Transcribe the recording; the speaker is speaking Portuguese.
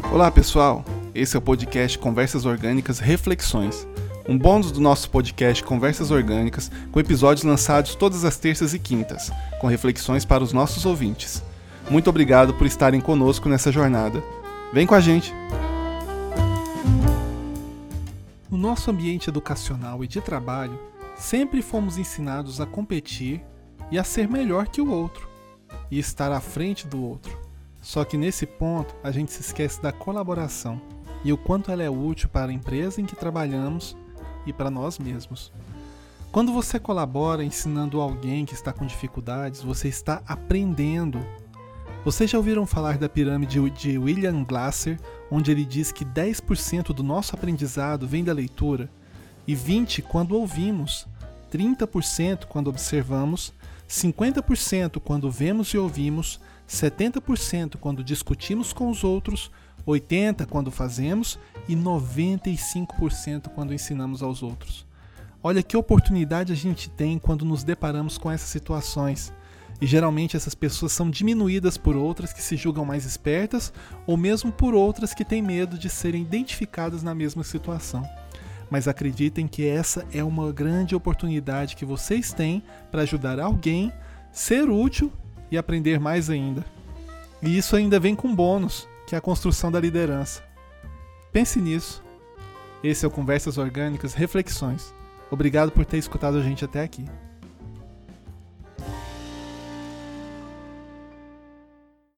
Olá pessoal, esse é o podcast Conversas Orgânicas Reflexões, um bônus do nosso podcast Conversas Orgânicas, com episódios lançados todas as terças e quintas, com reflexões para os nossos ouvintes. Muito obrigado por estarem conosco nessa jornada. Vem com a gente! No nosso ambiente educacional e de trabalho, sempre fomos ensinados a competir e a ser melhor que o outro, e estar à frente do outro. Só que nesse ponto, a gente se esquece da colaboração e o quanto ela é útil para a empresa em que trabalhamos e para nós mesmos. Quando você colabora ensinando alguém que está com dificuldades, você está aprendendo. Vocês já ouviram falar da pirâmide de William Glasser, onde ele diz que 10% do nosso aprendizado vem da leitura, e 20% quando ouvimos, 30% quando observamos, 50% quando vemos e ouvimos, 70% quando discutimos com os outros, 80% quando fazemos e 95% quando ensinamos aos outros. Olha que oportunidade a gente tem quando nos deparamos com essas situações. E geralmente essas pessoas são diminuídas por outras que se julgam mais espertas ou mesmo por outras que têm medo de serem identificadas na mesma situação. Mas acreditem que essa é uma grande oportunidade que vocês têm para ajudar alguém, ser útil e aprender mais ainda. E isso ainda vem com bônus, que é a construção da liderança. Pense nisso. Esse é o Conversas Orgânicas Reflexões. Obrigado por ter escutado a gente até aqui.